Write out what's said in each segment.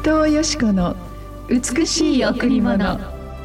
藤よし子の美しい贈り物。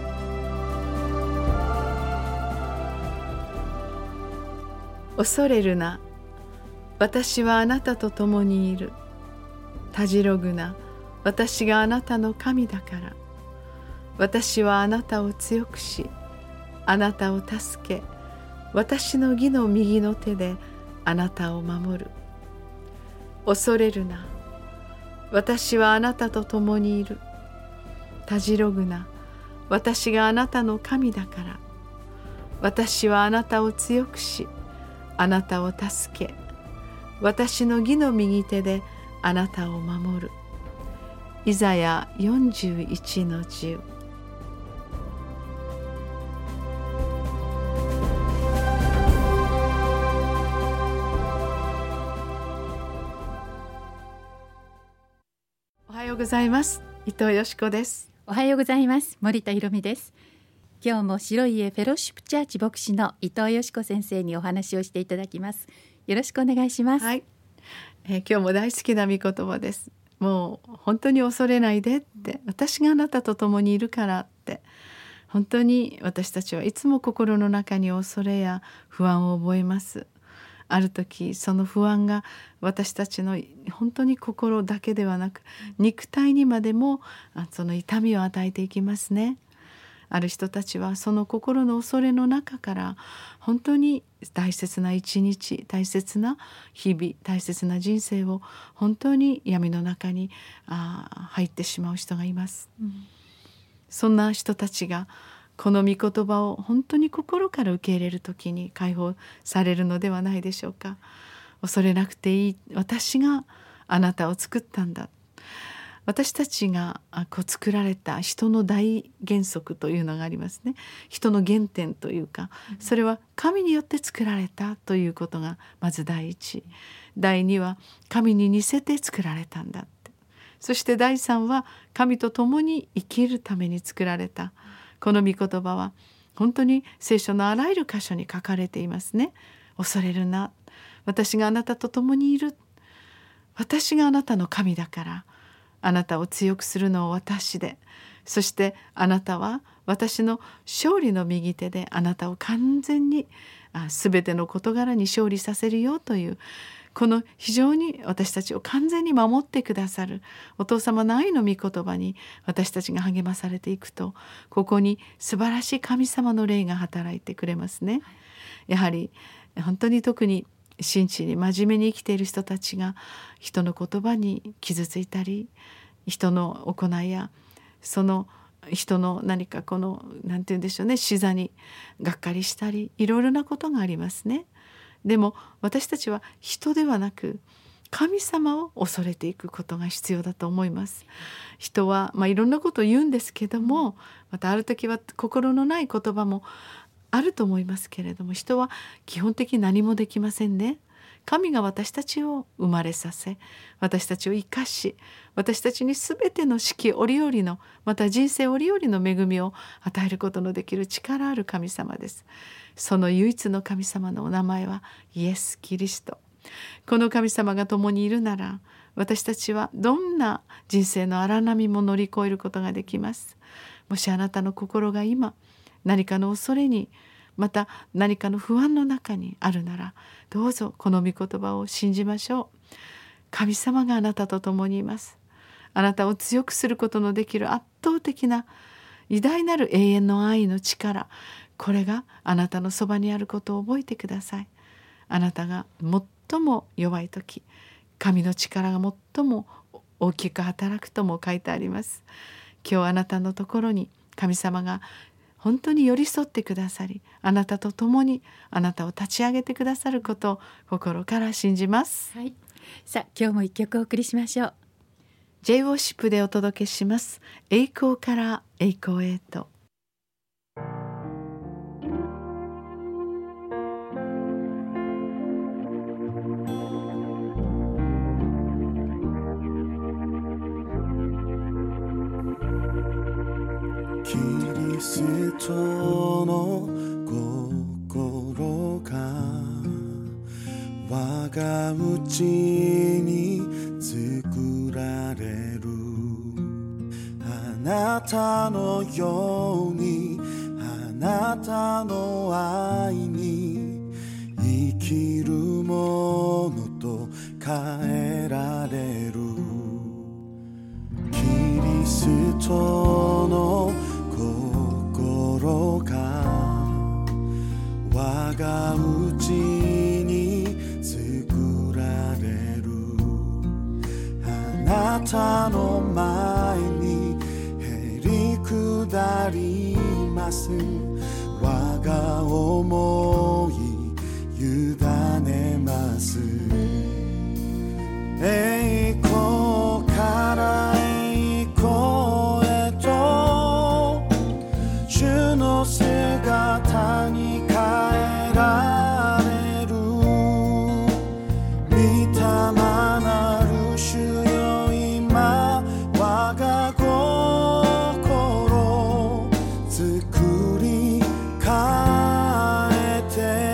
恐れるな、私はあなたと共にいる。たじろぐな、私があなたの神だから。私はあなたを強くし、あなたを助け、私の義の右の手であなたを守る。恐れるな、私はあなたと共にいる。たじろぐな、私があなたの神だから。私はあなたを強くし、あなたを助け、私の義の右手であなたを守る。イザヤ 41-10。おはようございます。伊藤よし子です。 おはようございます。森田ひろみです。今日も白い家フェローシップチャーチ牧師の伊藤よし子先生にお話をしていただきます。よろしくお願いします。 はい、今日も大好きな御言葉です。もう本当に恐れないでって、私があなたと共にいるからって、本当に私たちはいつも心の中に恐れや不安を覚えます。ある時その不安が私たちの本当に心だけではなく肉体にまでもその痛みを与えていきますね。ある人たちはその心の恐れの中から本当に大切な一日、大切な日々、大切な人生を本当に闇の中に入ってしまう人がいます、そんな人たちがこの御言葉を本当に心から受け入れるときに解放されるのではないでしょうか。恐れなくていい、私があなたを作ったんだ。私たちが作られた人の大原則というのがありますね。人の原点というか、それは神によって作られたということがまず第一。第二は神に似せて作られたんだって。そして第三は神と共に生きるために作られた。この御言葉は本当に聖書のあらゆる箇所に書かれていますね。恐れるな、私があなたと共にいる。私があなたの神だから。あなたを強くするのは私で、そしてあなたは私の勝利の右手であなたを完全に全ての事柄に勝利させるよという、この非常に私たちを完全に守ってくださるお父様の愛の御言葉に私たちが励まされていくと、ここに素晴らしい神様の霊が働いてくれますね。やはり本当に特に真摯に真面目に生きている人たちが人の言葉に傷ついたり、人の行いやその人の何かなんて言うんでしょうね、視座にがっかりしたり、いろいろなことがありますね。でも私たちは人ではなく神様を恐れていくことが必要だと思います。人はいろんなことを言うんですけども、またある時は心のない言葉もあると思いますけれども、人は基本的に何もできませんね。神が私たちを生まれさせ、私たちを生かし、私たちにすべての四季折々の、また人生折々の恵みを与えることのできる力ある神様です。その唯一の神様のお名前はイエス・キリスト。この神様が共にいるなら、私たちはどんな人生の荒波も乗り越えることができます。もしあなたの心が今何かの恐れに、また何かの不安の中にあるなら、どうぞこの御言葉を信じましょう。神様があなたと共にいます。あなたを強くすることのできる圧倒的な偉大なる永遠の愛の力、これがあなたのそばにあることを覚えてください。あなたが最も弱い時、神の力が最も大きく働くとも書いてあります。今日あなたのところに神様が本当に寄り添ってくださり、あなたと共にあなたを立ち上げてくださることを心から信じます、 はい、さあ今日も一曲お送りしましょう。 J ウォーシップでお届けします。栄光から栄光へと。 キリストの心が我がうちに作られる。 なたのようにあなたの愛に生きるものと変えられるキリストの心が我がうちに作られるあなたの前にへり下ります我が思い委ねます栄光から栄光へと主の姿に変えられる御霊なる主よ今我が心作り変え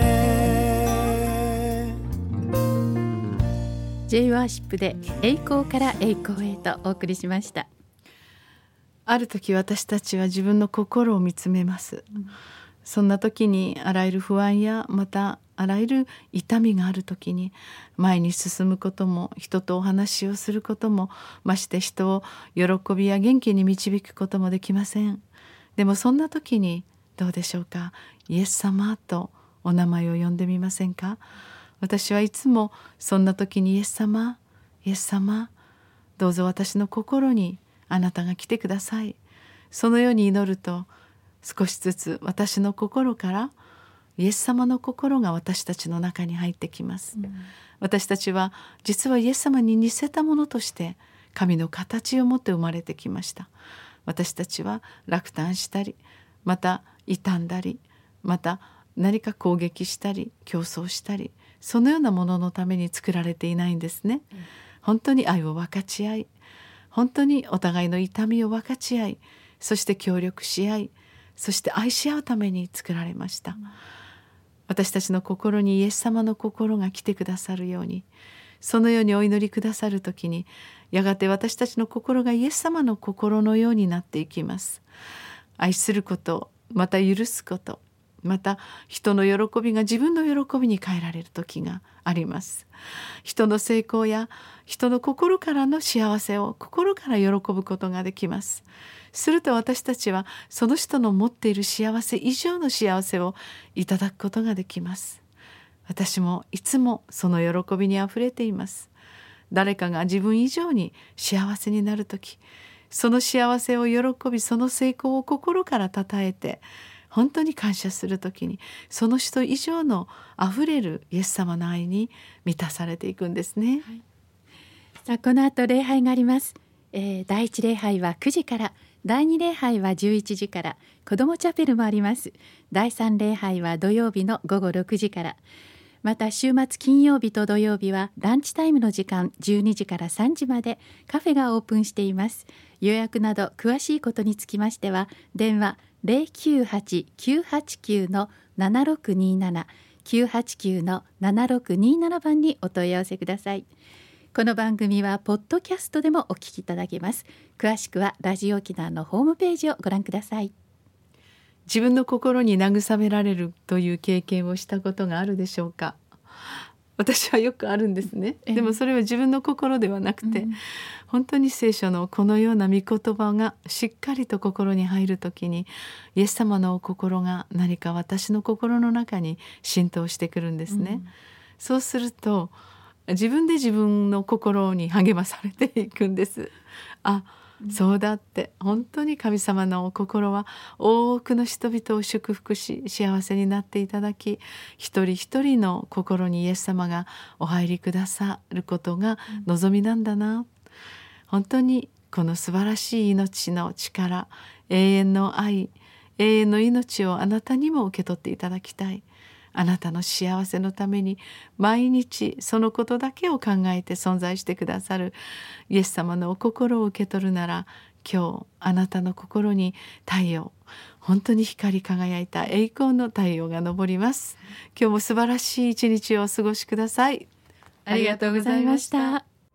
て J ワーシップで栄光から栄光へとお送りしました。 ある時私たちは自分の心を見つめます、そんな時にあらゆる不安やまたあらゆる痛みがある時に前に進むことも人とお話をすることもまして人を喜びや元気に導くこともできません。でもそんな時にどうでしょうか、イエス様とお名前を呼んでみませんか。私はいつもそんな時にイエス様、イエス様、どうぞ私の心にあなたが来てください。そのように祈ると少しずつ私の心からイエス様の心が私たちの中に入ってきます、私たちは実はイエス様に似せたものとして神の形を持って生まれてきました。私たちは落胆したりまた傷んだりまた何か攻撃したり競争したりそのようなもののために作られていないんですね、本当に愛を分かち合い本当にお互いの痛みを分かち合いそして協力し合いそして愛し合うために作られました、私たちの心にイエス様の心が来てくださるようにそのようにお祈りくださるときにやがて私たちの心がイエス様の心のようになっていきます。愛することまた許すことまた人の喜びが自分の喜びに変えられる時があります。人の成功や人の心からの幸せを心から喜ぶことができます。すると私たちはその人の持っている幸せ以上の幸せをいただくことができます。私もいつもその喜びにあふれています。誰かが自分以上に幸せになるときその幸せを喜びその成功を心からたたえて本当に感謝するときにその人以上のあふれるイエス様の愛に満たされていくんですね、 さあこの後礼拝があります、第一礼拝は9時から第2礼拝は11時から子どもチャペルもあります。第3礼拝は土曜日の午後6時からまた週末金曜日と土曜日はランチタイムの時間12時から3時までカフェがオープンしています。予約など詳しいことにつきましては電話 098-989-7627 989-7627 番にお問い合わせください。この番組はポッドキャストでもお聞きいただけます。詳しくはラジオ沖縄のホームページをご覧ください。 自分の心に慰められるという経験をしたことがあるでしょうか。私はよくあるんですね。でもそれは自分の心ではなくて、本当に聖書のこのような御言葉がしっかりと心に入るときにイエス様のお心が何か私の心の中に浸透してくるんですね、そうすると自分で自分の心に励まされていくんです。そうだって本当に神様のお心は多くの人々を祝福し幸せになっていただき一人一人の心にイエス様がお入りくださることが望みなんだな、本当にこの素晴らしい命の力永遠の愛永遠の命をあなたにも受け取っていただきたい。あなたの幸せのために毎日そのことだけを考えて存在してくださるイエス様のお心を受け取るなら今日あなたの心に太陽本当に光り輝いた栄光の太陽が昇ります。今日も素晴らしい一日をお過ごしください。 ありがとうございました。